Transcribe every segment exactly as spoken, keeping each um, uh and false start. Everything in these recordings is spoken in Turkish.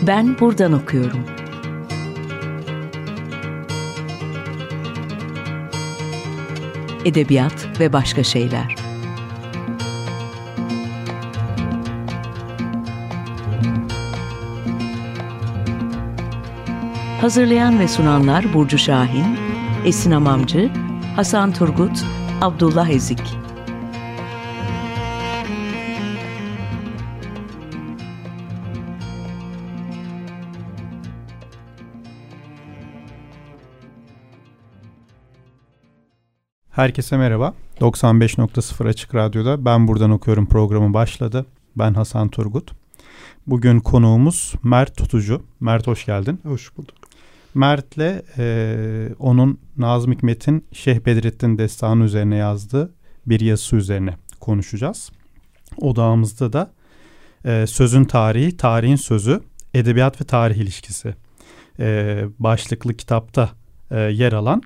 Ben buradan okuyorum. Edebiyat ve başka şeyler. Hazırlayan ve sunanlar Burcu Şahin, Esin Amamcı, Hasan Turgut, Abdullah Ezik. Herkese merhaba. doksan beş nokta sıfır Açık Radyo'da Ben Buradan Okuyorum programı başladı. Ben Hasan Turgut. Bugün konuğumuz Mert Tutucu. Mert hoş geldin. Hoş bulduk. Mert'le e, onun Nazım Hikmet'in Şeyh Bedrettin Destanı üzerine yazdığı bir yazısı üzerine konuşacağız. Odağımızda da e, sözün tarihi, tarihin sözü, edebiyat ve tarih ilişkisi e, başlıklı kitapta e, yer alan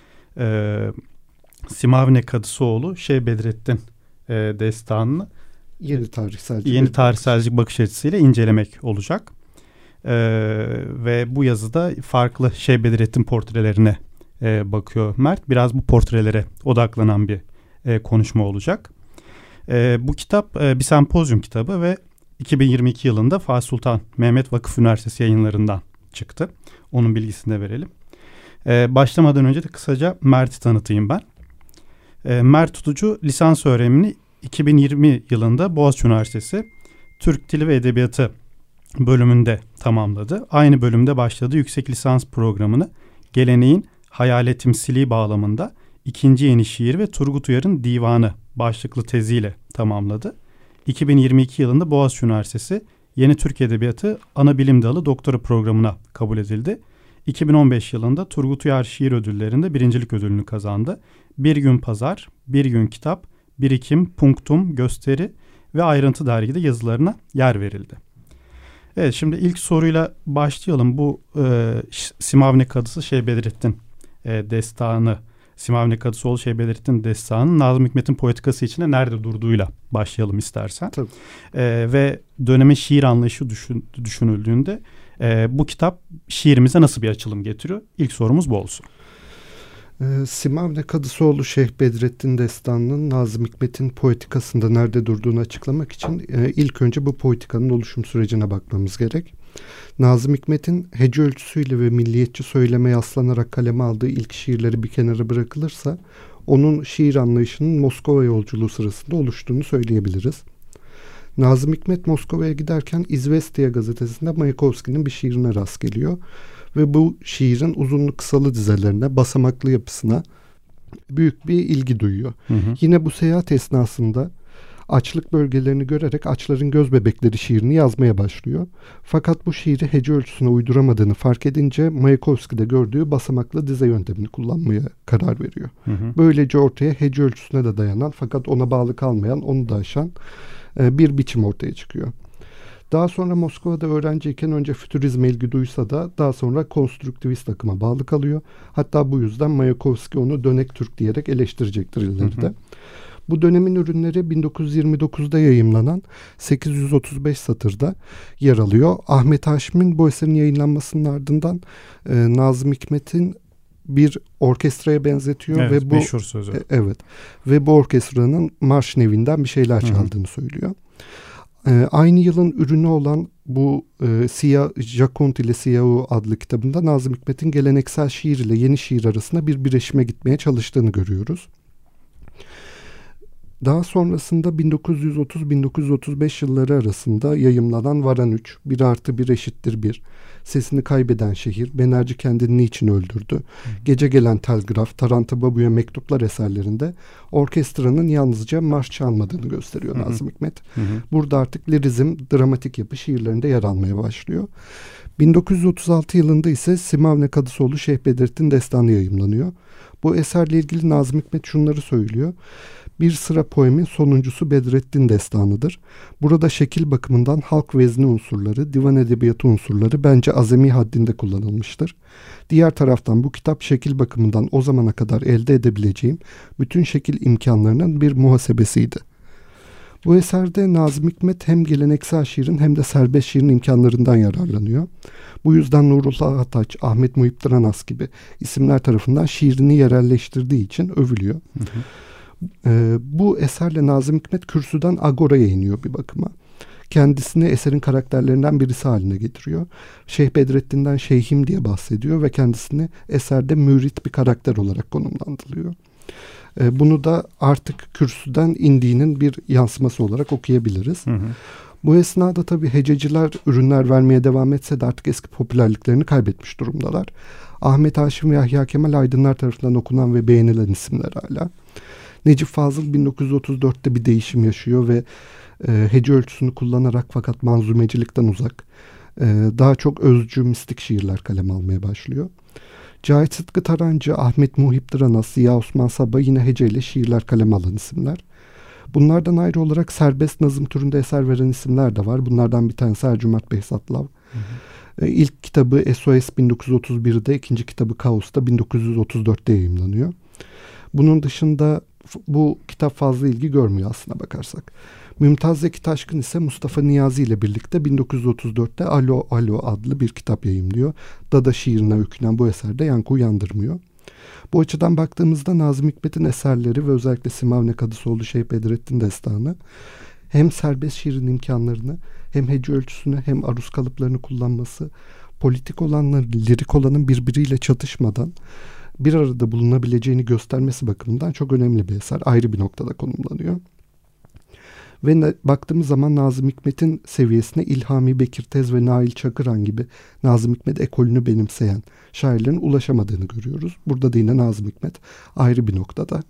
e, Simavne Kadısoğlu Şeyh Bedrettin e, Destanı'nı yeni tarihselci yeni tarihselci bakış açısıyla incelemek olacak. Ee, ve bu yazıda farklı Şeyh Bedrettin portrelerine e, bakıyor Mert. Biraz bu portrelere odaklanan bir e, konuşma olacak. E, bu kitap e, bir sempozyum kitabı ve iki bin yirmi iki yılında Fatih Sultan Mehmet Vakıf Üniversitesi yayınlarından çıktı. Onun bilgisini de verelim. E, başlamadan önce de kısaca Mert'i tanıtayım ben. E, Mert Tutucu lisans öğrenimini iki bin yirmi yılında Boğaziçi Üniversitesi Türk Dili ve Edebiyatı bölümünde tamamladı. Aynı bölümde başladığı yüksek lisans programını Geleneğin Hayaletimsiliği bağlamında ikinci Yeni Şiir ve Turgut Uyar'ın Divanı başlıklı teziyle tamamladı. iki bin yirmi iki yılında Boğaziçi Üniversitesi Yeni Türk Edebiyatı Anabilim Dalı doktora programına kabul edildi. iki bin on beş yılında Turgut Uyar Şiir Ödülleri'nde birincilik ödülünü kazandı. Bir Gün Pazar, Bir Gün Kitap, Birikim, Punktum, Gösteri ve Ayrıntı dergide yazılarına yer verildi. Evet, şimdi ilk soruyla başlayalım. Bu e, Simavne Kadısı Şeyh Bedrettin e, Destanı, Simavne Kadısoğlu Şeyh Bedrettin Destanı Nazım Hikmet'in poetikası içinde nerede durduğuyla başlayalım istersen. Tabii. E, ve dönemin şiir anlayışı düşün, düşünüldüğünde e, bu kitap şiirimize nasıl bir açılım getiriyor? İlk sorumuz bu olsun. Ee, Simavne Kadısoğlu Şeyh Bedrettin Destanı'nın Nazım Hikmet'in poetikasında nerede durduğunu açıklamak için e, ilk önce bu poetikanın oluşum sürecine bakmamız gerek. Nazım Hikmet'in hece ölçüsüyle ve milliyetçi söyleme yaslanarak kaleme aldığı ilk şiirleri bir kenara bırakılırsa onun şiir anlayışının Moskova yolculuğu sırasında oluştuğunu söyleyebiliriz. Nazım Hikmet Moskova'ya giderken İzvestiya gazetesinde Mayakovski'nin bir şiirine rast geliyor. Ve bu şiirin uzunlu kısalı dizelerine, basamaklı yapısına büyük bir ilgi duyuyor. Hı hı. Yine bu seyahat esnasında açlık bölgelerini görerek Açların Göz Bebekleri şiirini yazmaya başlıyor. Fakat bu şiiri hece ölçüsüne uyduramadığını fark edince Mayakovski'de gördüğü basamaklı dize yöntemini kullanmaya karar veriyor. Hı hı. Böylece ortaya hece ölçüsüne de dayanan fakat ona bağlı kalmayan, onu da aşan e, bir biçim ortaya çıkıyor. Daha sonra Moskova'da öğrenciyken önce fütürizme ilgi duysa da daha sonra konstruktivist akıma bağlı kalıyor. Hatta bu yüzden Mayakovski onu dönek Türk diyerek eleştirecektir ileride. Hı hı. Bu dönemin ürünleri bin dokuz yüz yirmi dokuzda yayımlanan sekiz yüz otuz beş satırda yer alıyor. Ahmet Haşim'in bu eserin yayınlanmasının ardından e, Nazım Hikmet'in bir orkestraya benzetiyor. Evet, ve bu meşhur sözü. E, evet ve bu orkestranın marş nevinden bir şeyler çaldığını hı hı. söylüyor. Ee, aynı yılın ürünü olan bu e, Siyah, Jacont ile Siyahı adlı kitabında Nazım Hikmet'in geleneksel şiir ile yeni şiir arasında bir birleşime gitmeye çalıştığını görüyoruz. Daha sonrasında bin dokuz yüz otuz bin dokuz yüz otuz beş yılları arasında yayımlanan Varan üç, bir artı bir eşittir bir, Sesini Kaybeden Şehir, Benerci Kendini Niçin Öldürdü, Hı. Gece Gelen Telgraf, Taranta Babu'ya Mektuplar eserlerinde orkestranın yalnızca marş çalmadığını gösteriyor Hı. Nazım Hikmet. Hı. Burada artık lirizm, dramatik yapı şiirlerinde yer almaya başlıyor. bin dokuz yüz otuz altı yılında ise Simavne Kadısoğlu Şeyh Bedrettin Destanı yayımlanıyor. Bu eserle ilgili Nazım Hikmet şunları söylüyor. Bir sıra poemin sonuncusu Bedrettin Destanı'dır. Burada şekil bakımından halk vezni unsurları, divan edebiyatı unsurları bence azami haddinde kullanılmıştır. Diğer taraftan bu kitap şekil bakımından o zamana kadar elde edebileceğim bütün şekil imkanlarının bir muhasebesiydi. Bu eserde Nazım Hikmet hem geleneksel şiirin hem de serbest şiirin imkanlarından yararlanıyor. Bu yüzden Nurullah Ataç, Ahmet Muhip Dıranas gibi isimler tarafından şiirini yerelleştirdiği için övülüyor. Hı hı. Ee, bu eserle Nazım Hikmet kürsüden agoraya iniyor bir bakıma. Kendisini eserin karakterlerinden birisi haline getiriyor. Şeyh Bedrettin'den şeyhim diye bahsediyor ve kendisini eserde mürit bir karakter olarak konumlandırılıyor. Ee, bunu da artık kürsüden indiğinin bir yansıması olarak okuyabiliriz. Hı hı. Bu esnada tabii hececiler ürünler vermeye devam etse de artık eski popülerliklerini kaybetmiş durumdalar. Ahmet Haşim ve Yahya Kemal aydınlar tarafından okunan ve beğenilen isimler hala. Necip Fazıl bin dokuz yüz otuz dörtte bir değişim yaşıyor ve e, hece ölçüsünü kullanarak fakat manzumecilikten uzak, e, daha çok özcü, mistik şiirler kaleme almaya başlıyor. Cahit Sıtkı Tarancı, Ahmet Muhip Dıranas, Ziya Osman Sabah yine heceyle şiirler kaleme alan isimler. Bunlardan ayrı olarak serbest nazım türünde eser veren isimler de var. Bunlardan bir tanesi Ercüment Behzatlav. Hı hı. E, ilk kitabı S O S bin dokuz yüz otuz birde, ikinci kitabı Kaos'ta bin dokuz yüz otuz dörtte yayımlanıyor. Bunun dışında bu kitap fazla ilgi görmüyor aslına bakarsak. Mümtaz Zeki Taşkın ise Mustafa Niyazi ile birlikte bin dokuz yüz otuz dörtte Alo Alo adlı bir kitap yayımlıyor. Dada şiirine öykünen bu eserde yankı uyandırmıyor. Bu açıdan baktığımızda Nazım Hikmet'in eserleri ve özellikle Simavne Kadısoğlu Şeyh Bedrettin Destanı hem serbest şiirin imkanlarını hem hece ölçüsünü hem aruz kalıplarını kullanması, politik olanla lirik olanın birbiriyle çatışmadan bir arada bulunabileceğini göstermesi bakımından çok önemli bir eser. Ayrı bir noktada konumlanıyor. Ve ne, baktığımız zaman Nazım Hikmet'in seviyesine İlhami Bekirtez ve Nail Çakıran gibi Nazım Hikmet ekolünü benimseyen şairlerin ulaşamadığını görüyoruz. Burada da yine Nazım Hikmet ayrı bir noktada.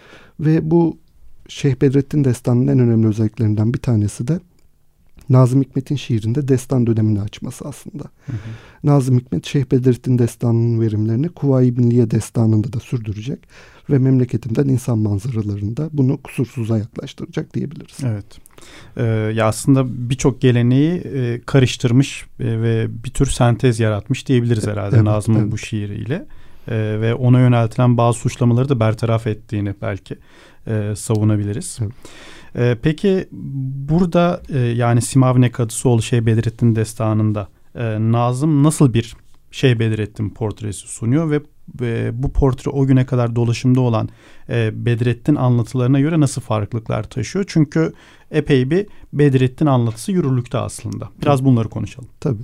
Ve bu Şeyh Bedrettin Destanı'nın en önemli özelliklerinden bir tanesi de Nazım Hikmet'in şiirinde destan dönemini açması aslında. Hı hı. Nazım Hikmet Şeyh Bedrettin Destanı'nın verimlerini Kuvayi Milliye Destanı'nda da sürdürecek ve Memleketimden insan manzaralarında bunu kusursuza yaklaştıracak diyebiliriz. Evet. Ee, ya aslında birçok geleneği e, karıştırmış e, ve bir tür sentez yaratmış diyebiliriz herhalde evet, Nazım'ın evet. bu şiiriyle. E, ve ona yöneltilen bazı suçlamaları da bertaraf ettiğini belki e, savunabiliriz. Evet. Ee, peki burada e, yani Simavne Kadısoğlu Şeyh Bedrettin Destanı'nda e, Nazım nasıl bir Şeyh Bedrettin portresi sunuyor ve e, bu portre o güne kadar dolaşımda olan e, Bedrettin anlatılarına göre nasıl farklılıklar taşıyor? Çünkü epey bir Bedrettin anlatısı yürürlükte aslında. Biraz bunları konuşalım. Tabii.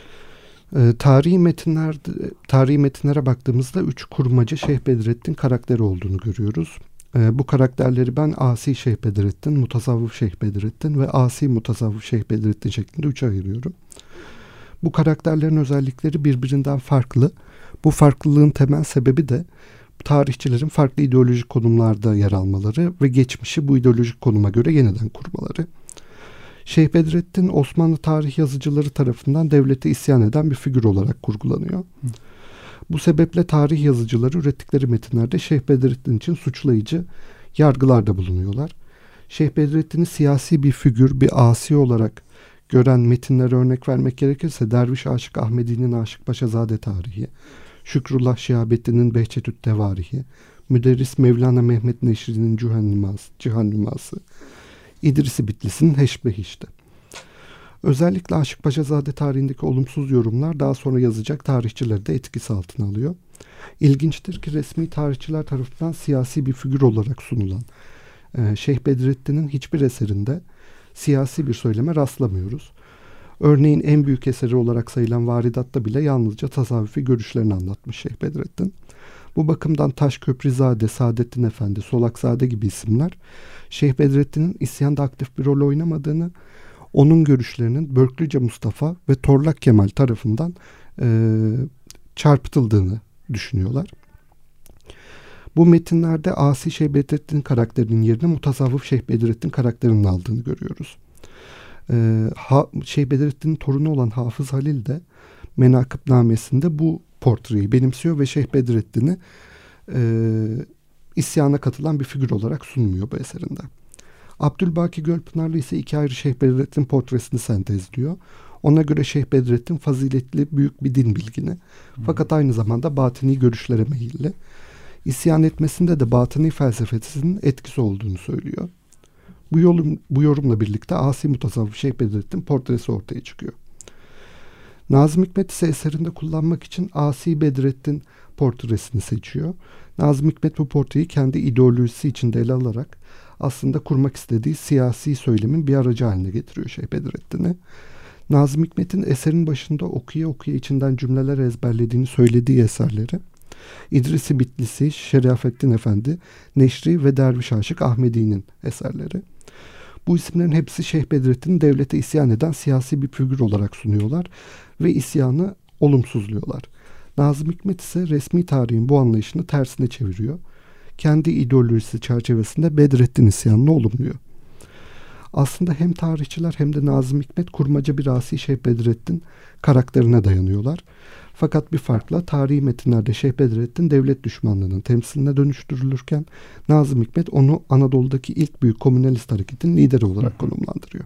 E, tarihi metinler, tarihi metinlere baktığımızda üç kurmaca Şeyh Bedrettin karakteri olduğunu görüyoruz. E, bu karakterleri ben Asi Şeyh Bedrettin, Mutasavvıf Şeyh Bedrettin ve Asi Mutasavvıf Şeyh Bedrettin şeklinde üçe ayırıyorum. Bu karakterlerin özellikleri birbirinden farklı. Bu farklılığın temel sebebi de tarihçilerin farklı ideolojik konumlarda yer almaları ve geçmişi bu ideolojik konuma göre yeniden kurmaları. Şeyh Bedrettin Osmanlı tarih yazıcıları tarafından devlete isyan eden bir figür olarak kurgulanıyor. Hı. Bu sebeple tarih yazıcıları ürettikleri metinlerde Şeyh Bedrettin için suçlayıcı yargılarda bulunuyorlar. Şeyh Bedrettin'i siyasi bir figür, bir asi olarak gören metinlere örnek vermek gerekirse Derviş Aşık Ahmedi'nin Aşık Paşazade Tarihi, Şükrullah Şihabettin'in Behçetü't Tevarihi, Müderris Mevlana Mehmet Neşri'nin Cihan Nüması, İdris-i Bitlis'in Heşbehiş'te. Özellikle Aşık Paşazade tarihindeki olumsuz yorumlar daha sonra yazacak tarihçileri de etkisi altına alıyor. İlginçtir ki resmi tarihçiler tarafından siyasi bir figür olarak sunulan e, Şeyh Bedrettin'in hiçbir eserinde siyasi bir söyleme rastlamıyoruz. Örneğin en büyük eseri olarak sayılan Varidat'ta bile yalnızca tasavvufi görüşlerini anlatmış Şeyh Bedrettin. Bu bakımdan Taşköprüzade, Saadettin Efendi, Solakzade gibi isimler Şeyh Bedrettin'in isyanda aktif bir rol oynamadığını, onun görüşlerinin Börklüce Mustafa ve Torlak Kemal tarafından e, çarpıtıldığını düşünüyorlar. Bu metinlerde Asi Şeyh Bedrettin karakterinin yerine Mutasavvıf Şeyh Bedrettin karakterinin aldığını görüyoruz. Ee, ha, Şeyh Bedrettin'in torunu olan Hafız Halil de Menakıbnamesinde bu portreyi benimsiyor ve Şeyh Bedrettin'i e, isyana katılan bir figür olarak sunmuyor bu eserinde. Abdülbaki Gölpınarlı ise iki ayrı Şeyh Bedrettin portresini sentezliyor. Ona göre Şeyh Bedrettin faziletli büyük bir din bilgini, hmm. fakat aynı zamanda batini görüşlere meyilli. İsyan etmesinde de batıni felsefesinin etkisi olduğunu söylüyor. Bu, yorum, bu yorumla birlikte asi mutasavvıf Şeyh Bedrettin portresi ortaya çıkıyor. Nazım Hikmet ise eserinde kullanmak için Asi Bedrettin portresini seçiyor. Nazım Hikmet bu portreyi kendi ideolojisi içinde ele alarak aslında kurmak istediği siyasi söylemin bir aracı haline getiriyor Şeyh Bedrettin'i. Nazım Hikmet'in eserin başında okuya okuya içinden cümleler ezberlediğini söylediği eserleri İdris-i Bitlisi, Şerafettin Efendi, Neşri ve Derviş Aşık Ahmedi'nin eserleri. Bu isimlerin hepsi Şeyh Bedrettin'i devlete isyan eden siyasi bir figür olarak sunuyorlar ve isyanı olumsuzluyorlar. Nazım Hikmet ise resmi tarihin bu anlayışını tersine çeviriyor. Kendi ideolojisi çerçevesinde Bedrettin isyanını olumluyor. Aslında hem tarihçiler hem de Nazım Hikmet kurmaca bir asi Şeyh Bedrettin karakterine dayanıyorlar. Fakat bir farkla tarihi metinlerde Şeyh Bedrettin devlet düşmanlığının temsiline dönüştürülürken Nazım Hikmet onu Anadolu'daki ilk büyük komünalist hareketin lideri olarak konumlandırıyor.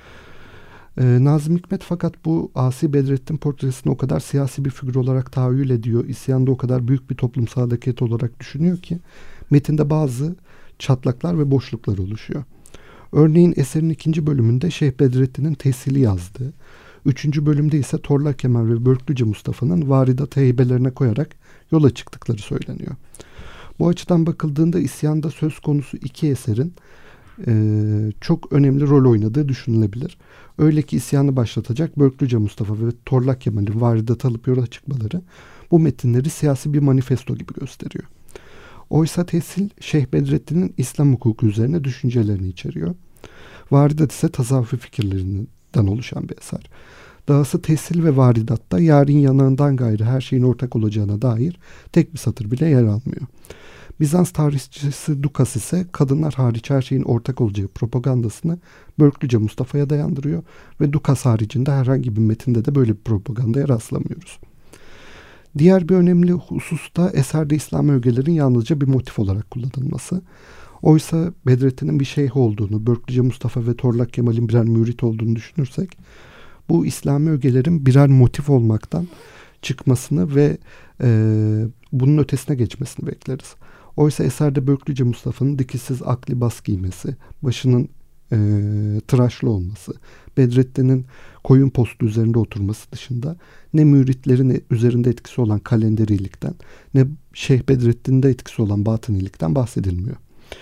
Ee, Nazım Hikmet fakat bu asi Bedrettin portresini o kadar siyasi bir figür olarak tahayyül ediyor, isyanda o kadar büyük bir toplumsal hareket olarak düşünüyor ki metinde bazı çatlaklar ve boşluklar oluşuyor. Örneğin eserin ikinci bölümünde Şeyh Bedrettin'in tesili yazdığı, üçüncü bölümde ise Torla Kemal ve Börklüce Mustafa'nın varidat heybelerine koyarak yola çıktıkları söyleniyor. Bu açıdan bakıldığında isyanda söz konusu iki eserin e, çok önemli rol oynadığı düşünülebilir. Öyle ki isyanı başlatacak Börklüce Mustafa ve Torla Kemal'in varidat alıp yola çıkmaları bu metinleri siyasi bir manifesto gibi gösteriyor. Oysa Tesil, Şeyh Bedrettin'in İslam hukuku üzerine düşüncelerini içeriyor. Varidat ise tasavvufi fikirlerinden oluşan bir eser. Dahası Tesil ve Varidat'ta yarın yanağından gayrı her şeyin ortak olacağına dair tek bir satır bile yer almıyor. Bizans tarihçisi Dukas ise kadınlar hariç her şeyin ortak olacağı propagandasını Börklüce Mustafa'ya dayandırıyor ve Dukas haricinde herhangi bir metinde de böyle bir propagandaya rastlamıyoruz. Diğer bir önemli husus da eserde İslam ögelerin yalnızca bir motif olarak kullanılması. Oysa Bedrettin'in bir şeyh olduğunu, Börklüce Mustafa ve Torlak Kemal'in birer mürit olduğunu düşünürsek, bu İslami ögelerin birer motif olmaktan çıkmasını ve e, bunun ötesine geçmesini bekleriz. Oysa eserde Börklüce Mustafa'nın dikişsiz akli bas giymesi, başının e, tıraşlı olması, Bedrettin'in koyun postu üzerinde oturması dışında ne müritlerin üzerinde etkisi olan kalenderilikten ne Şeyh Bedrettin'de etkisi olan batınilikten bahsedilmiyor.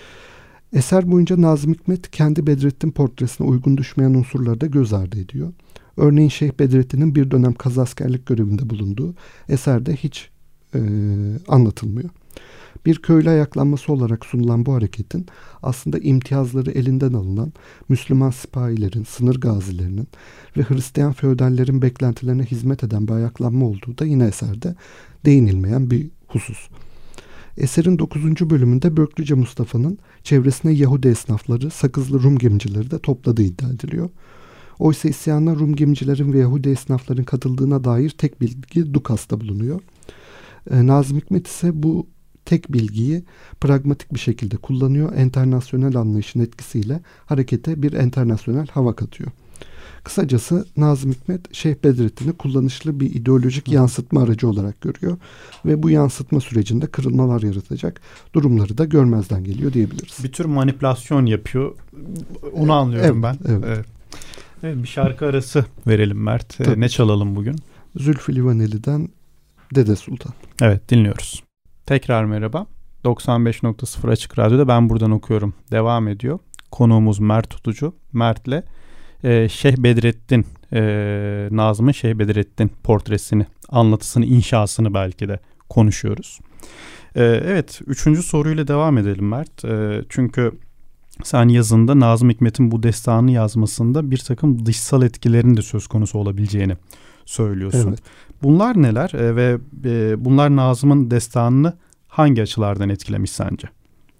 Eser boyunca Nazım Hikmet kendi Bedrettin portresine uygun düşmeyen unsurları da göz ardı ediyor. Örneğin Şeyh Bedrettin'in bir dönem kazaskerlik görevinde bulunduğu eserde hiç e, anlatılmıyor. Bir köylü ayaklanması olarak sunulan bu hareketin aslında imtiyazları elinden alınan Müslüman sipahilerin, sınır gazilerinin ve Hristiyan feodallerin beklentilerine hizmet eden bir ayaklanma olduğu da yine eserde değinilmeyen bir husus. Eserin dokuzuncu bölümünde Börklüce Mustafa'nın çevresine Yahudi esnafları, Sakızlı Rum gemicileri de topladığı iddia ediliyor. Oysa isyana Rum gemicilerin ve Yahudi esnafların katıldığına dair tek bilgi Dukas'ta bulunuyor. Ee, Nazım Hikmet ise bu tek bilgiyi pragmatik bir şekilde kullanıyor. Enternasyonel anlayışın etkisiyle harekete bir enternasyonel hava katıyor. Kısacası Nazım Hikmet Şeyh Bedrettin'i kullanışlı bir ideolojik yansıtma aracı olarak görüyor ve bu yansıtma sürecinde kırılmalar yaratacak durumları da görmezden geliyor diyebiliriz. Bir tür manipülasyon yapıyor. Onu anlıyorum evet, ben. Evet. Evet. Evet, bir şarkı arası verelim Mert. Tabii. Ne çalalım bugün? Zülfü Livaneli'den Dede Sultan. Evet, dinliyoruz. Tekrar merhaba. doksan beş nokta sıfır Açık Radyo'da Ben Buradan Okuyorum devam ediyor. Konuğumuz Mert Tutucu. Mert'le e, Şeyh Bedrettin, e, Nazım'ın Şeyh Bedrettin portresini, anlatısını, inşasını belki de konuşuyoruz. E, evet, üçüncü soruyla devam edelim Mert. E, çünkü sen yazında Nazım Hikmet'in bu destanı yazmasında bir takım dışsal etkilerin de söz konusu olabileceğini söylüyorsun. Evet. Bunlar neler e, ve e, bunlar Nazım'ın destanını hangi açılardan etkilemiş sence?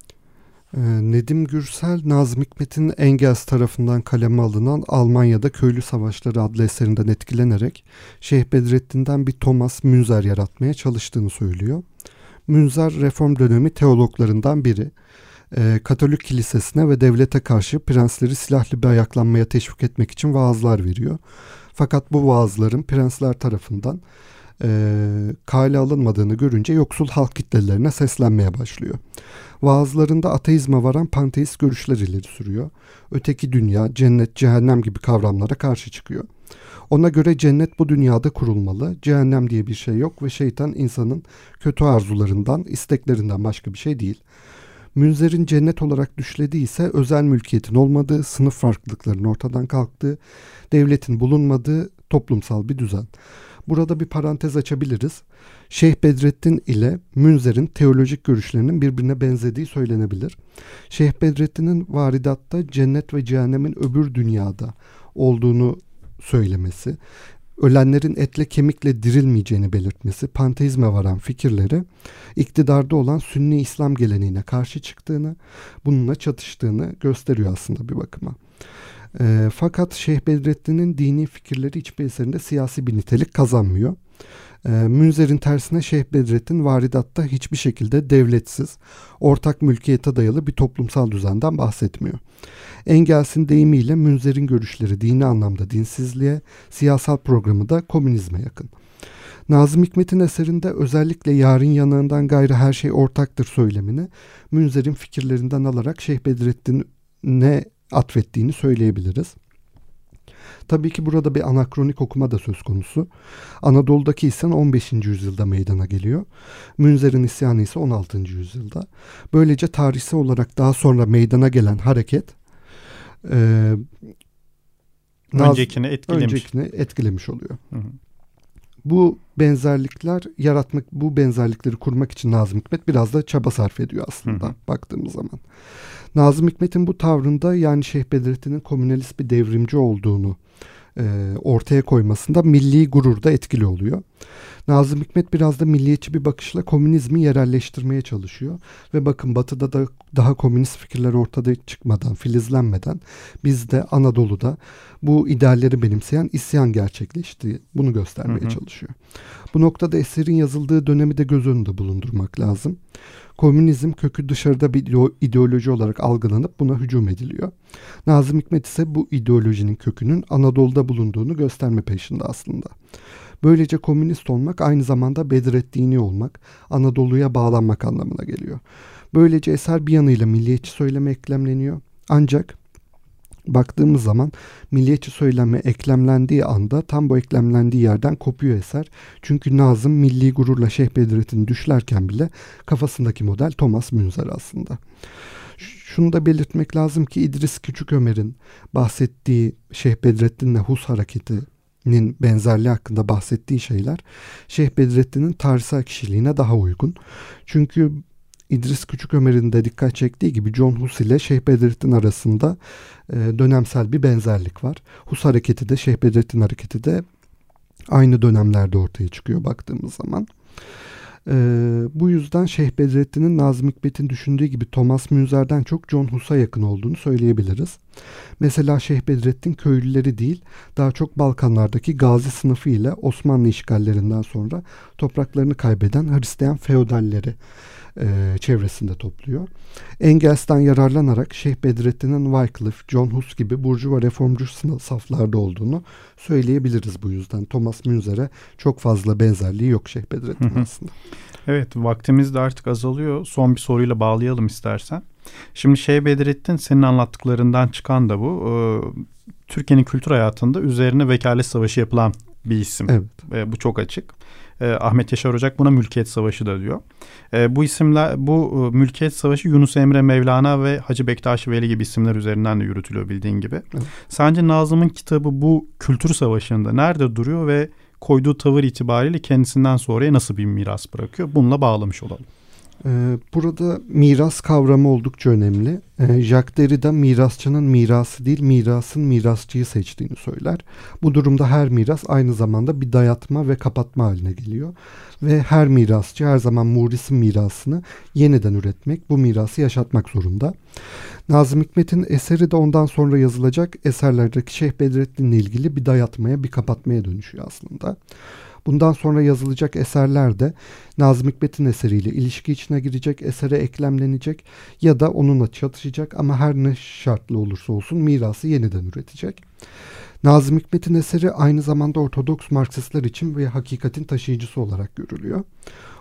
Ee, Nedim Gürsel, Nazım Hikmet'in Engels tarafından kaleme alınan Almanya'da Köylü Savaşları adlı eserinden etkilenerek Şeyh Bedrettin'den bir Thomas Münzer yaratmaya çalıştığını söylüyor. Münzer reform dönemi teologlarından biri. Ee, Katolik kilisesine ve devlete karşı prensleri silahlı bir ayaklanmaya teşvik etmek için vaazlar veriyor. Fakat bu vaazların prensler tarafından e, kale alınmadığını görünce yoksul halk kitlelerine seslenmeye başlıyor. Vaazlarında ateizme varan panteist görüşler ileri sürüyor. Öteki dünya, cennet, cehennem gibi kavramlara karşı çıkıyor. Ona göre cennet bu dünyada kurulmalı, cehennem diye bir şey yok ve şeytan insanın kötü arzularından, isteklerinden başka bir şey değil. Münzer'in cennet olarak düşlediği ise özel mülkiyetin olmadığı, sınıf farklılıklarının ortadan kalktığı, devletin bulunmadığı toplumsal bir düzen. Burada bir parantez açabiliriz. Şeyh Bedrettin ile Münzer'in teolojik görüşlerinin birbirine benzediği söylenebilir. Şeyh Bedrettin'in varidatta cennet ve cehennemin öbür dünyada olduğunu söylemesi, ölenlerin etle kemikle dirilmeyeceğini belirtmesi, panteizme varan fikirleri iktidarda olan Sünni İslam geleneğine karşı çıktığını, bununla çatıştığını gösteriyor aslında bir bakıma. E, fakat Şeyh Bedrettin'in dini fikirleri hiçbir eserinde siyasi bir nitelik kazanmıyor. E, Münzer'in tersine Şeyh Bedrettin varidatta hiçbir şekilde devletsiz, ortak mülkiyete dayalı bir toplumsal düzenden bahsetmiyor. Engels'in deyimiyle Münzer'in görüşleri dini anlamda dinsizliğe, siyasal programı da komünizme yakın. Nazım Hikmet'in eserinde özellikle yarın yanağından gayrı her şey ortaktır söylemini Münzer'in fikirlerinden alarak Şeyh Bedrettin'e atfettiğini söyleyebiliriz. Tabii ki burada bir anakronik okuma da söz konusu. Anadolu'daki isyan on beşinci yüzyılda meydana geliyor. Münzer'in isyanı ise on altıncı yüzyılda. Böylece tarihsel olarak daha sonra meydana gelen hareket e, öncekini etkilemiş. öncekini etkilemiş oluyor. Hı hı. Bu benzerlikler yaratmak, bu benzerlikleri kurmak için Nazım Hikmet biraz da çaba sarf ediyor aslında hı hı. baktığımız zaman. Nazım Hikmet'in bu tavrında yani Şeyh Bedrettin'in komünalist bir devrimci olduğunu e, ortaya koymasında milli gurur da etkili oluyor. Nazım Hikmet biraz da milliyetçi bir bakışla komünizmi yerelleştirmeye çalışıyor. Ve bakın Batı'da da daha komünist fikirler ortada çıkmadan, filizlenmeden bizde Anadolu'da bu idealleri benimseyen isyan gerçekleşti. Bunu göstermeye hı hı. çalışıyor. Bu noktada eserin yazıldığı dönemi de göz önünde bulundurmak lazım. Komünizm kökü dışarıda bir ideoloji olarak algılanıp buna hücum ediliyor. Nazım Hikmet ise bu ideolojinin kökünün Anadolu'da bulunduğunu gösterme peşinde aslında. Böylece komünist olmak aynı zamanda Bedreddini olmak, Anadolu'ya bağlanmak anlamına geliyor. Böylece eser bir yanıyla milliyetçi söyleme eklemleniyor. Ancak baktığımız zaman milliyetçi söyleme eklemlendiği anda tam bu eklemlendiği yerden kopuyor eser. Çünkü Nazım milli gururla Şeyh Bedrettin'i düşlerken bile kafasındaki model Thomas Münzer aslında. Şunu da belirtmek lazım ki İdris Küçükömer'in bahsettiği Şeyh Bedrettin'le Hus hareketinin benzerliği hakkında bahsettiği şeyler Şeyh Bedrettin'in tarihsel kişiliğine daha uygun. Çünkü İdris Küçükömer'in de dikkat çektiği gibi John Hus ile Şeyh Bedrettin arasında e, dönemsel bir benzerlik var. Hus hareketi de Şeyh Bedrettin hareketi de aynı dönemlerde ortaya çıkıyor baktığımız zaman. E, bu yüzden Şeyh Bedrettin'in Nazım Hikmet'in düşündüğü gibi Thomas Münzer'den çok John Hus'a yakın olduğunu söyleyebiliriz. Mesela Şeyh Bedrettin köylüleri değil, daha çok Balkanlardaki gazi sınıfı ile Osmanlı işgallerinden sonra topraklarını kaybeden Hristiyan feodalleri e, çevresinde topluyor. Engels'ten yararlanarak Şeyh Bedrettin'in Wycliffe, John Hus gibi burjuva reformcu saflarda olduğunu söyleyebiliriz bu yüzden. Thomas Münzer'e çok fazla benzerliği yok Şeyh Bedrettin aslında. Evet, vaktimiz de artık azalıyor. Son bir soruyla bağlayalım istersen. Şimdi Şeyh Bedrettin, senin anlattıklarından çıkan da bu. Ee, Türkiye'nin kültür hayatında üzerine vekalet savaşı yapılan bir isim. Evet. Ee, bu çok açık. Ee, Ahmet Yaşar Ocak buna mülkiyet savaşı da diyor. Ee, bu isimler, bu e, mülkiyet savaşı Yunus Emre Mevlana ve Hacı Bektaş Veli gibi isimler üzerinden de yürütülüyor bildiğin gibi. Evet. Sence Nazım'ın kitabı bu kültür savaşında nerede duruyor ve koyduğu tavır itibariyle kendisinden sonraya nasıl bir miras bırakıyor? Bununla bağlamış olalım. Burada miras kavramı oldukça önemli. Jacques Derrida mirasçının mirası değil, mirasın mirasçıyı seçtiğini söyler. Bu durumda her miras aynı zamanda bir dayatma ve kapatma haline geliyor. Ve her mirasçı her zaman murisin mirasını yeniden üretmek, bu mirası yaşatmak zorunda. Nazım Hikmet'in eseri de ondan sonra yazılacak eserlerdeki Şeyh Bedrettin'le ilgili bir dayatmaya, bir kapatmaya dönüşüyor aslında. Bundan sonra yazılacak eserler de Nazım Hikmet'in eseriyle ilişki içine girecek, esere eklemlenecek ya da onunla çatışacak ama her ne şartlı olursa olsun mirası yeniden üretecek. Nazım Hikmet'in eseri aynı zamanda Ortodoks Marksistler için ve hakikatin taşıyıcısı olarak görülüyor.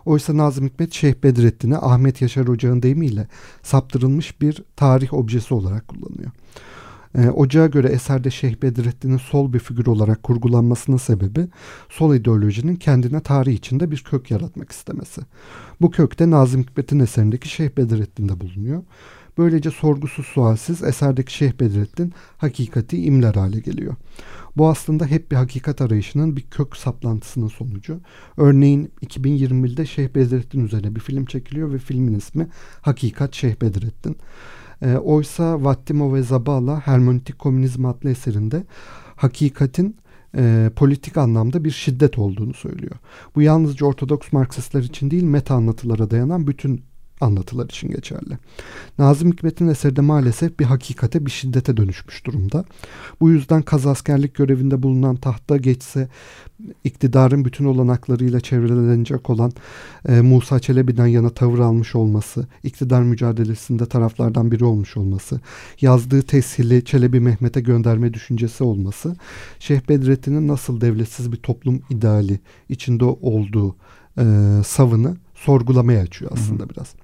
Oysa Nazım Hikmet Şeyh Bedrettin'i Ahmet Yaşar Ocağı'nın deyimiyle saptırılmış bir tarih objesi olarak kullanıyor. E, Ocağa göre eserde Şeyh Bedrettin'in sol bir figür olarak kurgulanmasının sebebi sol ideolojinin kendine tarih içinde bir kök yaratmak istemesi. Bu kökte Nazım Hikmet'in eserindeki Şeyh Bedrettin'de bulunuyor. Böylece sorgusuz sualsiz eserdeki Şeyh Bedrettin hakikati imler hale geliyor. Bu aslında hep bir hakikat arayışının bir kök saplantısının sonucu. Örneğin iki bin yirmi birde Şeyh Bedrettin üzerine bir film çekiliyor ve filmin ismi Hakikat Şeyh Bedrettin. E, oysa Vattimo ve Zabala Hermeneutik Komünizm adlı eserinde hakikatin e, politik anlamda bir şiddet olduğunu söylüyor. Bu yalnızca Ortodoks Marksistler için değil, meta anlatılara dayanan bütün anlatılar için geçerli. Nazım Hikmet'in eseri de maalesef bir hakikate, bir şiddete dönüşmüş durumda. Bu yüzden kazaskerlik görevinde bulunan, tahta geçse iktidarın bütün olanaklarıyla çevrelenecek olan e, Musa Çelebi'den yana tavır almış olması, iktidar mücadelesinde taraflardan biri olmuş olması, yazdığı teshili Çelebi Mehmet'e gönderme düşüncesi olması, Şeyh Bedrettin'in nasıl devletsiz bir toplum ideali içinde olduğu e, savını sorgulamaya açıyor aslında Hı-hı. biraz.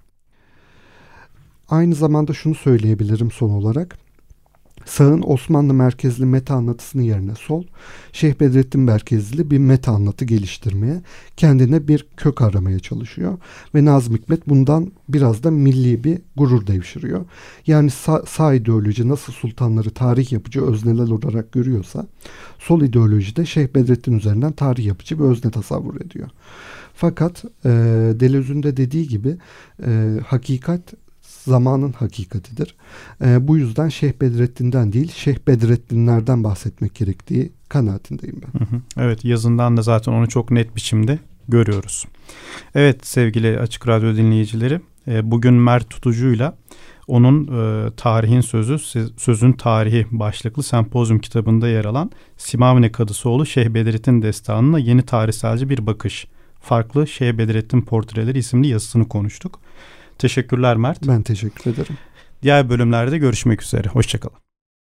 Aynı zamanda şunu söyleyebilirim son olarak. Sağın Osmanlı merkezli meta anlatısının yerine sol, Şeyh Bedrettin merkezli bir meta anlatı geliştirmeye, kendine bir kök aramaya çalışıyor. Ve Nazım Hikmet bundan biraz da milli bir gurur devşiriyor. Yani sağ, sağ ideoloji nasıl sultanları tarih yapıcı özneler olarak görüyorsa, sol ideoloji de Şeyh Bedrettin üzerinden tarih yapıcı bir özne tasavvur ediyor. Fakat e, Deleuze'ün de dediği gibi e, hakikat zamanın hakikatidir. E, bu yüzden Şeyh Bedrettin'den değil, Şeyh Bedrettinlerden bahsetmek gerektiği kanaatindeyim ben. Hı hı. Evet, yazından da zaten onu çok net biçimde görüyoruz. Evet sevgili Açık Radyo dinleyicileri, e, bugün Mert Tutucu'yla onun e, Tarihin Sözü, Sözün Tarihi başlıklı sempozyum kitabında yer alan Simavne Kadısoğlu Şeyh Bedrettin Destanı'na yeni tarihselci bir bakış, farklı Şeyh Bedrettin Portreleri isimli yazısını konuştuk. Teşekkürler Mert. Ben teşekkür ederim. Diğer bölümlerde görüşmek üzere. Hoşçakalın.